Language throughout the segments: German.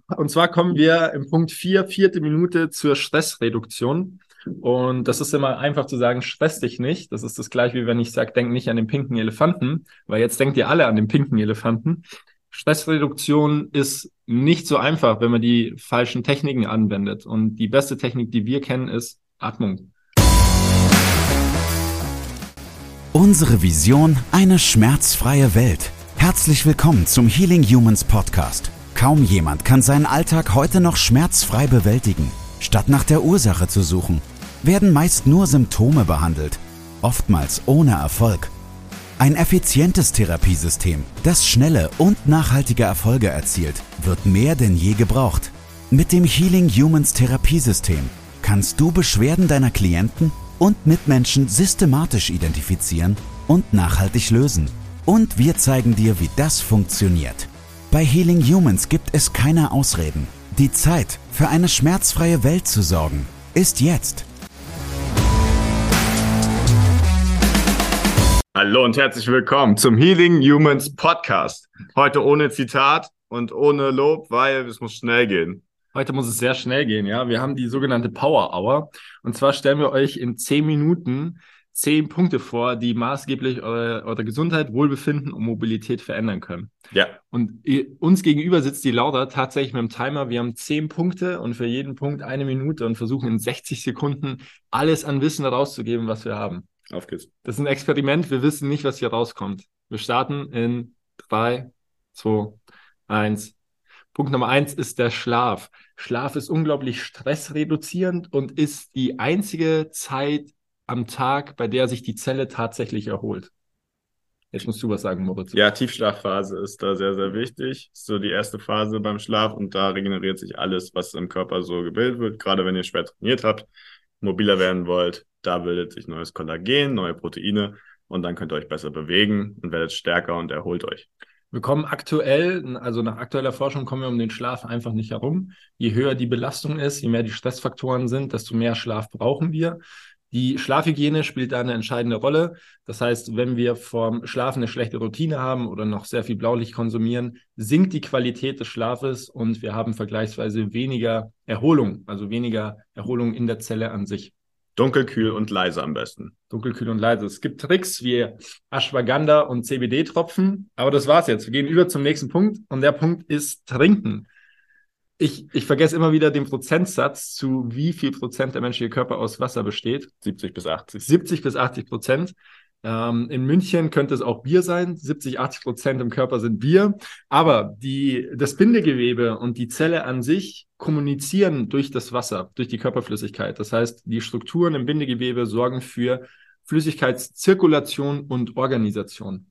Und zwar kommen wir im Punkt 4, vierte Minute zur Stressreduktion. Und das ist immer einfach zu sagen, stress dich nicht. Das ist das gleiche, wie wenn ich sage, denk nicht an den pinken Elefanten, weil jetzt denkt ihr alle an den pinken Elefanten. Stressreduktion ist nicht so einfach, wenn man die falschen Techniken anwendet. Und die beste Technik, die wir kennen, ist Atmung. Unsere Vision: eine schmerzfreie Welt. Herzlich willkommen zum Healing Humans Podcast. Kaum jemand kann seinen Alltag heute noch schmerzfrei bewältigen. Statt nach der Ursache zu suchen, werden meist nur Symptome behandelt, oftmals ohne Erfolg. Ein effizientes Therapiesystem, das schnelle und nachhaltige Erfolge erzielt, wird mehr denn je gebraucht. Mit dem Healing Humans Therapiesystem kannst du Beschwerden deiner Klienten und Mitmenschen systematisch identifizieren und nachhaltig lösen. Und wir zeigen dir, wie das funktioniert. Bei Healing Humans gibt es keine Ausreden. Die Zeit, für eine schmerzfreie Welt zu sorgen, ist jetzt. Hallo und herzlich willkommen zum Healing Humans Podcast. Heute ohne Zitat und ohne Lob, weil es muss schnell gehen. Heute muss es sehr schnell gehen, ja. Wir haben die sogenannte Power Hour. Und zwar stellen wir euch in 10 Minuten 10 Punkte vor, die maßgeblich eure Gesundheit, Wohlbefinden und Mobilität verändern können. Ja. Und uns gegenüber sitzt die Laura tatsächlich mit dem Timer. Wir haben 10 Punkte und für jeden Punkt 1 Minute und versuchen in 60 Sekunden alles an Wissen rauszugeben, was wir haben. Auf geht's. Das ist ein Experiment. Wir wissen nicht, was hier rauskommt. Wir starten in 3, 2, 1. Punkt Nummer 1 ist der Schlaf. Schlaf ist unglaublich stressreduzierend und ist die einzige Zeit am Tag, bei der sich die Zelle tatsächlich erholt. Jetzt musst du was sagen, Moritz. Ja, Tiefschlafphase ist da sehr, sehr wichtig. Ist so die erste Phase beim Schlaf und da regeneriert sich alles, was im Körper so gebildet wird. Gerade wenn ihr schwer trainiert habt, mobiler werden wollt, da bildet sich neues Kollagen, neue Proteine und dann könnt ihr euch besser bewegen und werdet stärker und erholt euch. Wir kommen aktuell, also nach aktueller Forschung kommen wir um den Schlaf einfach nicht herum. Je höher die Belastung ist, je mehr die Stressfaktoren sind, desto mehr Schlaf brauchen wir. Die Schlafhygiene spielt da eine entscheidende Rolle. Das heißt, wenn wir vorm Schlafen eine schlechte Routine haben oder noch sehr viel Blaulicht konsumieren, sinkt die Qualität des Schlafes und wir haben vergleichsweise weniger Erholung, also weniger Erholung in der Zelle an sich. Dunkel, kühl und leise am besten. Dunkel, kühl und leise. Es gibt Tricks wie Ashwagandha und CBD-Tropfen, aber das war's jetzt. Wir gehen über zum nächsten Punkt und der Punkt ist Trinken. Ich vergesse immer wieder den Prozentsatz, zu wie viel Prozent der menschliche Körper aus Wasser besteht. 70 bis 80. 70 bis 80%. In München könnte es auch Bier sein. 70-80% im Körper sind Bier. Aber das Bindegewebe und die Zelle an sich kommunizieren durch das Wasser, durch die Körperflüssigkeit. Das heißt, die Strukturen im Bindegewebe sorgen für Flüssigkeitszirkulation und Organisation.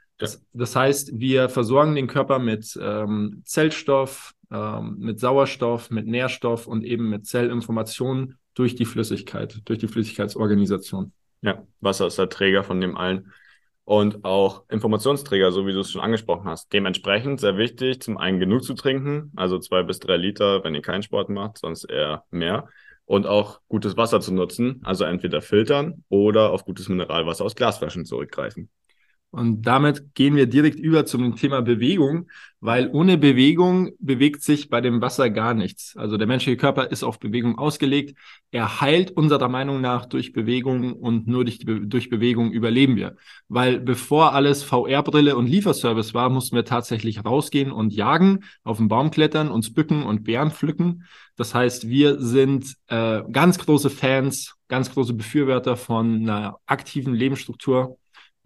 Das heißt, wir versorgen den Körper mit Zellstoff, mit Sauerstoff, mit Nährstoff und eben mit Zellinformationen durch die Flüssigkeit, durch die Flüssigkeitsorganisation. Ja, Wasser ist der Träger von dem allen und auch Informationsträger, so wie du es schon angesprochen hast. Dementsprechend sehr wichtig, zum einen genug zu trinken, also 2 bis 3 Liter, wenn ihr keinen Sport macht, sonst eher mehr. Und auch gutes Wasser zu nutzen, also entweder filtern oder auf gutes Mineralwasser aus Glasflaschen zurückgreifen. Und damit gehen wir direkt über zum Thema Bewegung, weil ohne Bewegung bewegt sich bei dem Wasser gar nichts. Also der menschliche Körper ist auf Bewegung ausgelegt. Er heilt unserer Meinung nach durch Bewegung und nur durch Bewegung überleben wir. Weil bevor alles VR-Brille und Lieferservice war, mussten wir tatsächlich rausgehen und jagen, auf den Baum klettern, uns bücken und Beeren pflücken. Das heißt, wir sind ganz große Fans, ganz große Befürworter von einer aktiven Lebensstruktur.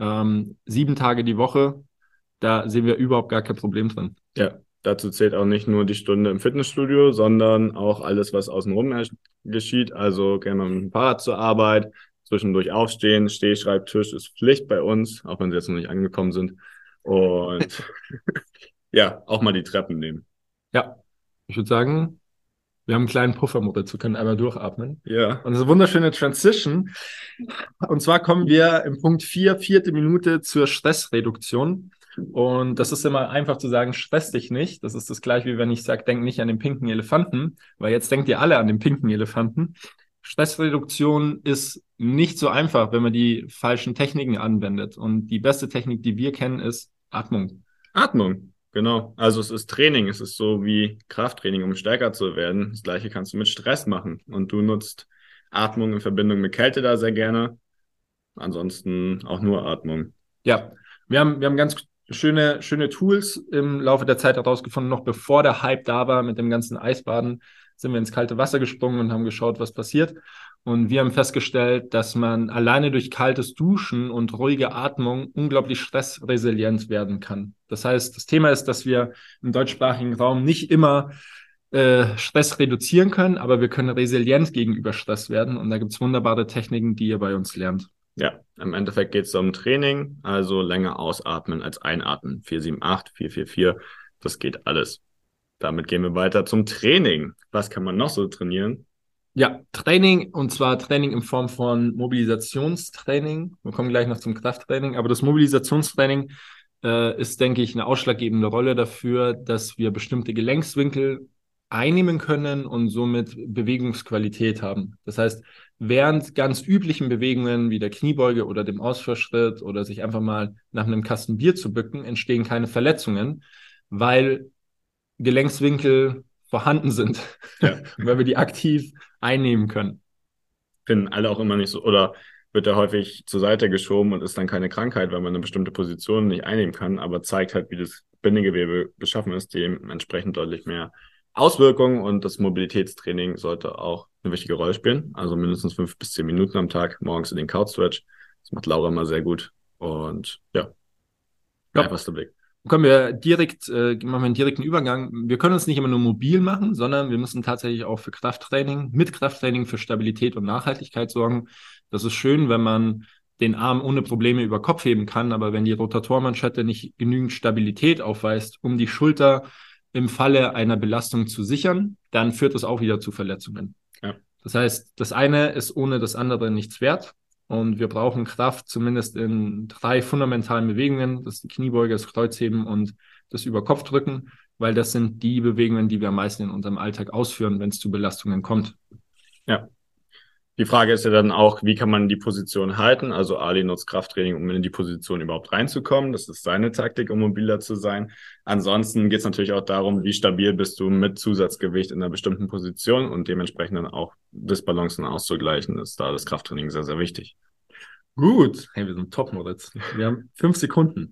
7 Tage die Woche, da sehen wir überhaupt gar kein Problem drin. Ja, dazu zählt auch nicht nur die Stunde im Fitnessstudio, sondern auch alles, was außenrum geschieht. Also gerne mal mit dem Fahrrad zur Arbeit, zwischendurch aufstehen, Stehschreibtisch ist Pflicht bei uns, auch wenn sie jetzt noch nicht angekommen sind. Und ja, auch mal die Treppen nehmen. Ja, ich würde sagen, wir haben einen kleinen Puffer, Moritz, wir können einmal durchatmen. Ja. Und das ist eine wunderschöne Transition. Und zwar kommen wir im Punkt 4, vierte Minute zur Stressreduktion. Und das ist immer einfach zu sagen, stress dich nicht. Das ist das gleiche, wie wenn ich sage, denk nicht an den pinken Elefanten, weil jetzt denkt ihr alle an den pinken Elefanten. Stressreduktion ist nicht so einfach, wenn man die falschen Techniken anwendet. Und die beste Technik, die wir kennen, ist Atmung. Atmung. genau. Also es ist Training. Es ist so wie Krafttraining, um stärker zu werden. Das Gleiche kannst du mit Stress machen. Und du nutzt Atmung in Verbindung mit Kälte da sehr gerne. Ansonsten auch nur Atmung. Ja, wir haben ganz schöne Tools im Laufe der Zeit herausgefunden. Noch bevor der Hype da war mit dem ganzen Eisbaden, sind wir ins kalte Wasser gesprungen und haben geschaut, was passiert. Und wir haben festgestellt, dass man alleine durch kaltes Duschen und ruhige Atmung unglaublich stressresilient werden kann. Das heißt, das Thema ist, dass wir im deutschsprachigen Raum nicht immer Stress reduzieren können, aber wir können resilient gegenüber Stress werden. Und da gibt es wunderbare Techniken, die ihr bei uns lernt. Ja, im Endeffekt geht es um Training, also länger ausatmen als einatmen. 4-7-8, 4-4-4, das geht alles. Damit gehen wir weiter zum Training. Was kann man noch so trainieren? Ja, Training, und zwar Training in Form von Mobilisationstraining. Wir kommen gleich noch zum Krafttraining, aber das Mobilisationstraining ist, denke ich, eine ausschlaggebende Rolle dafür, dass wir bestimmte Gelenkswinkel einnehmen können und somit Bewegungsqualität haben. Das heißt, während ganz üblichen Bewegungen wie der Kniebeuge oder dem Ausfallschritt oder sich einfach mal nach einem Kasten Bier zu bücken, entstehen keine Verletzungen, weil Gelenkswinkel vorhanden sind, Ja. weil wir die aktiv einnehmen können. Finden alle auch immer nicht so, oder wird er häufig zur Seite geschoben und ist dann keine Krankheit, weil man eine bestimmte Position nicht einnehmen kann, aber zeigt halt, wie das Bindegewebe beschaffen ist, dementsprechend deutlich mehr Auswirkungen, und das Mobilitätstraining sollte auch eine wichtige Rolle spielen. Also mindestens 5 bis 10 Minuten am Tag, morgens in den Couch Stretch. Das macht Laura immer sehr gut. Und ja, einfachster Blick. Machen wir einen direkten Übergang. Wir können uns nicht immer nur mobil machen, sondern wir müssen tatsächlich auch mit Krafttraining für Stabilität und Nachhaltigkeit sorgen. Das ist schön, wenn man den Arm ohne Probleme über Kopf heben kann, aber wenn die Rotatormanschette nicht genügend Stabilität aufweist, um die Schulter im Falle einer Belastung zu sichern, dann führt das auch wieder zu Verletzungen. Ja. Das heißt, das eine ist ohne das andere nichts wert. Und wir brauchen Kraft zumindest in 3 fundamentalen Bewegungen. Das ist die Kniebeuge, das Kreuzheben und das Überkopfdrücken, weil das sind die Bewegungen, die wir am meisten in unserem Alltag ausführen, wenn es zu Belastungen kommt. Ja. Die Frage ist ja dann auch, wie kann man die Position halten? Also Ali nutzt Krafttraining, um in die Position überhaupt reinzukommen. Das ist seine Taktik, um mobiler zu sein. Ansonsten geht es natürlich auch darum, wie stabil bist du mit Zusatzgewicht in einer bestimmten Position, und dementsprechend dann auch Disbalancen auszugleichen, ist da das Krafttraining sehr, sehr wichtig. Gut. Hey, wir sind top, Moritz. Wir haben 5 Sekunden.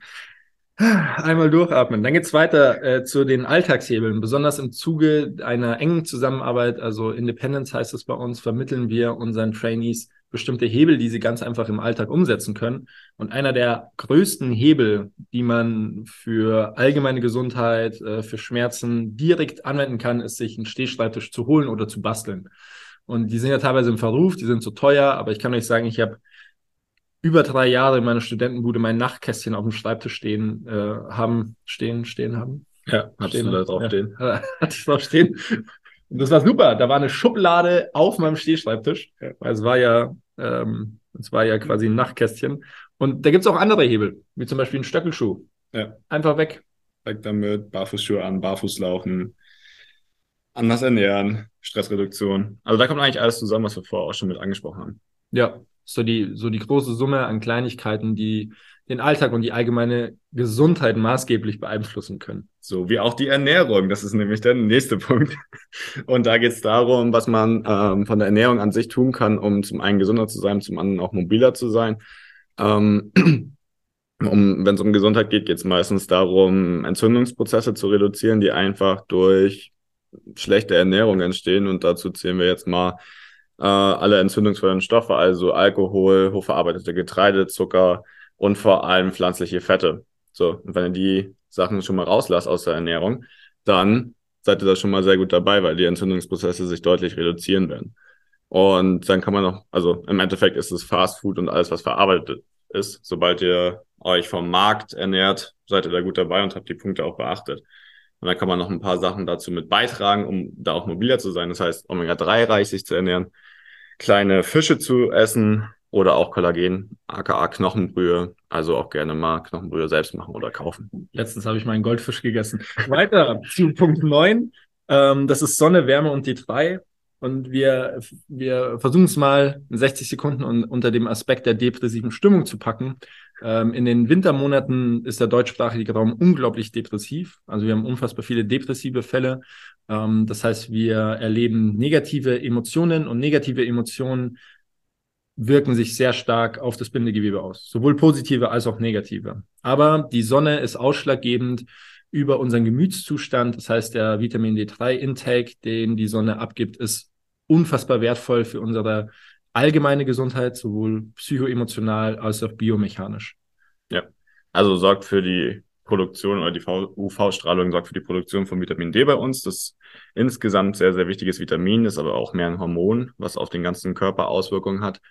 Einmal durchatmen. Dann geht's weiter zu den Alltagshebeln. Besonders im Zuge einer engen Zusammenarbeit, also Independence heißt es bei uns, vermitteln wir unseren Trainees bestimmte Hebel, die sie ganz einfach im Alltag umsetzen können. Und einer der größten Hebel, die man für allgemeine Gesundheit, für Schmerzen direkt anwenden kann, ist, sich einen Stehschreibtisch zu holen oder zu basteln. Und die sind ja teilweise im Verruf, die sind zu teuer, aber ich kann euch sagen, ich habe über 3 Jahre in meiner Studentenbude mein Nachtkästchen auf dem Schreibtisch stehen haben. Ja, hast du da drauf stehen? Hatte ich drauf stehen. Und das war super. Da war eine Schublade auf meinem Stehschreibtisch. Es war ja quasi ein Nachtkästchen. Und da gibt es auch andere Hebel, wie zum Beispiel einen Stöckelschuh. Ja. Einfach weg. Weg damit, Barfußschuhe an, Barfußlaufen, anders ernähren, Stressreduktion. Also da kommt eigentlich alles zusammen, was wir vorher auch schon mit angesprochen haben. Ja, so die große Summe an Kleinigkeiten, die den Alltag und die allgemeine Gesundheit maßgeblich beeinflussen können. So wie auch die Ernährung. Das ist nämlich der nächste Punkt. Und da geht es darum, was man von der Ernährung an sich tun kann, um zum einen gesünder zu sein, zum anderen auch mobiler zu sein. Wenn es um Gesundheit geht, geht es meistens darum, Entzündungsprozesse zu reduzieren, die einfach durch schlechte Ernährung entstehen. Und dazu zählen wir jetzt mal alle entzündungsfördernden Stoffe, also Alkohol, hochverarbeitete Getreide, Zucker und vor allem pflanzliche Fette. So, und wenn ihr die Sachen schon mal rauslasst aus der Ernährung, dann seid ihr da schon mal sehr gut dabei, weil die Entzündungsprozesse sich deutlich reduzieren werden. Und dann kann man noch, also im Endeffekt ist es Fast Food und alles, was verarbeitet ist. Sobald ihr euch vom Markt ernährt, seid ihr da gut dabei und habt die Punkte auch beachtet. Und dann kann man noch ein paar Sachen dazu mit beitragen, um da auch mobiler zu sein. Das heißt, Omega-3-reich sich zu ernähren, kleine Fische zu essen oder auch Kollagen, aka Knochenbrühe. Also auch gerne mal Knochenbrühe selbst machen oder kaufen. Letztens habe ich meinen Goldfisch gegessen. Weiter zu Punkt 9. Das ist Sonne, Wärme und D3. Und wir versuchen es mal in 60 Sekunden unter dem Aspekt der depressiven Stimmung zu packen. In den Wintermonaten ist der deutschsprachige Raum unglaublich depressiv. Also wir haben unfassbar viele depressive Fälle. Das heißt, wir erleben negative Emotionen und negative Emotionen wirken sich sehr stark auf das Bindegewebe aus. Sowohl positive als auch negative. Aber die Sonne ist ausschlaggebend über unseren Gemütszustand. Das heißt, der Vitamin D3-Intake, den die Sonne abgibt, ist unfassbar wertvoll für unsere allgemeine Gesundheit, sowohl psychoemotional als auch biomechanisch. Ja, also sorgt für die Produktion oder die UV-Strahlung sorgt für die Produktion von Vitamin D bei uns. Das ist insgesamt sehr, sehr wichtiges Vitamin, ist aber auch mehr ein Hormon, was auf den ganzen Körper Auswirkungen hat.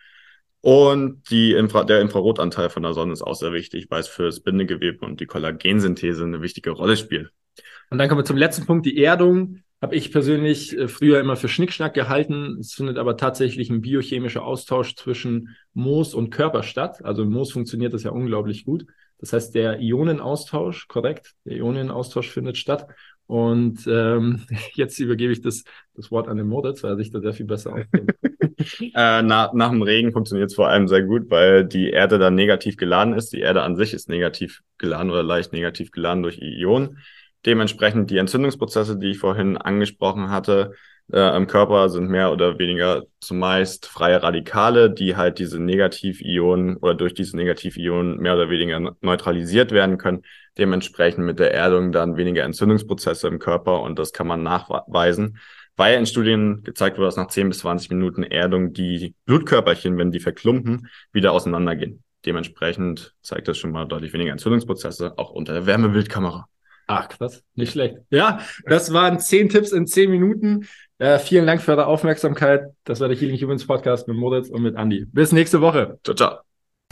Und der Infrarotanteil von der Sonne ist auch sehr wichtig, weil es für das Bindegewebe und die Kollagensynthese eine wichtige Rolle spielt. Und dann kommen wir zum letzten Punkt, die Erdung. Habe ich persönlich früher immer für Schnickschnack gehalten. Es findet aber tatsächlich ein biochemischer Austausch zwischen Moos und Körper statt. Also im Moos funktioniert das ja unglaublich gut. Das heißt, der Ionenaustausch, korrekt, der Ionenaustausch findet statt. Und jetzt übergebe ich das Wort an den Moritz, weil er sich da sehr viel besser auskennt. Nach dem Regen funktioniert es vor allem sehr gut, weil die Erde dann negativ geladen ist. Die Erde an sich ist negativ geladen oder leicht negativ geladen durch Ionen. Dementsprechend die Entzündungsprozesse, die ich vorhin angesprochen hatte, im Körper sind mehr oder weniger zumeist freie Radikale, die halt diese Negativionen oder durch diese Negativionen mehr oder weniger neutralisiert werden können. Dementsprechend mit der Erdung dann weniger Entzündungsprozesse im Körper und das kann man nachweisen, weil in Studien gezeigt wurde, dass nach 10 bis 20 Minuten Erdung die Blutkörperchen, wenn die verklumpen, wieder auseinandergehen. Dementsprechend zeigt das schon mal deutlich weniger Entzündungsprozesse, auch unter der Wärmebildkamera. Ach, krass, nicht schlecht. Ja, das waren 10 Tipps in 10 Minuten. Vielen Dank für eure Aufmerksamkeit. Das war der Healing Humans Podcast mit Moritz und mit Andi. Bis nächste Woche. Ciao, ciao.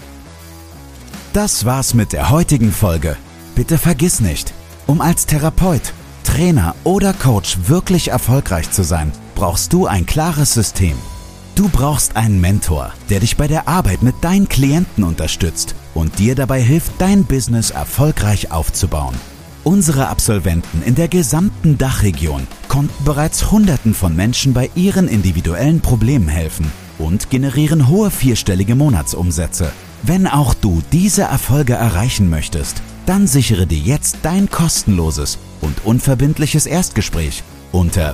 Das war's mit der heutigen Folge. Bitte vergiss nicht, um als Therapeut, Trainer oder Coach wirklich erfolgreich zu sein, brauchst du ein klares System. Du brauchst einen Mentor, der dich bei der Arbeit mit deinen Klienten unterstützt und dir dabei hilft, dein Business erfolgreich aufzubauen. Unsere Absolventen in der gesamten Dachregion konnten bereits Hunderten von Menschen bei ihren individuellen Problemen helfen und generieren hohe 4-stellige Monatsumsätze. Wenn auch du diese Erfolge erreichen möchtest, dann sichere dir jetzt dein kostenloses und unverbindliches Erstgespräch unter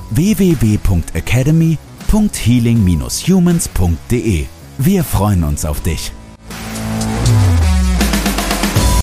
www.academy.healing-humans.de. Wir freuen uns auf dich.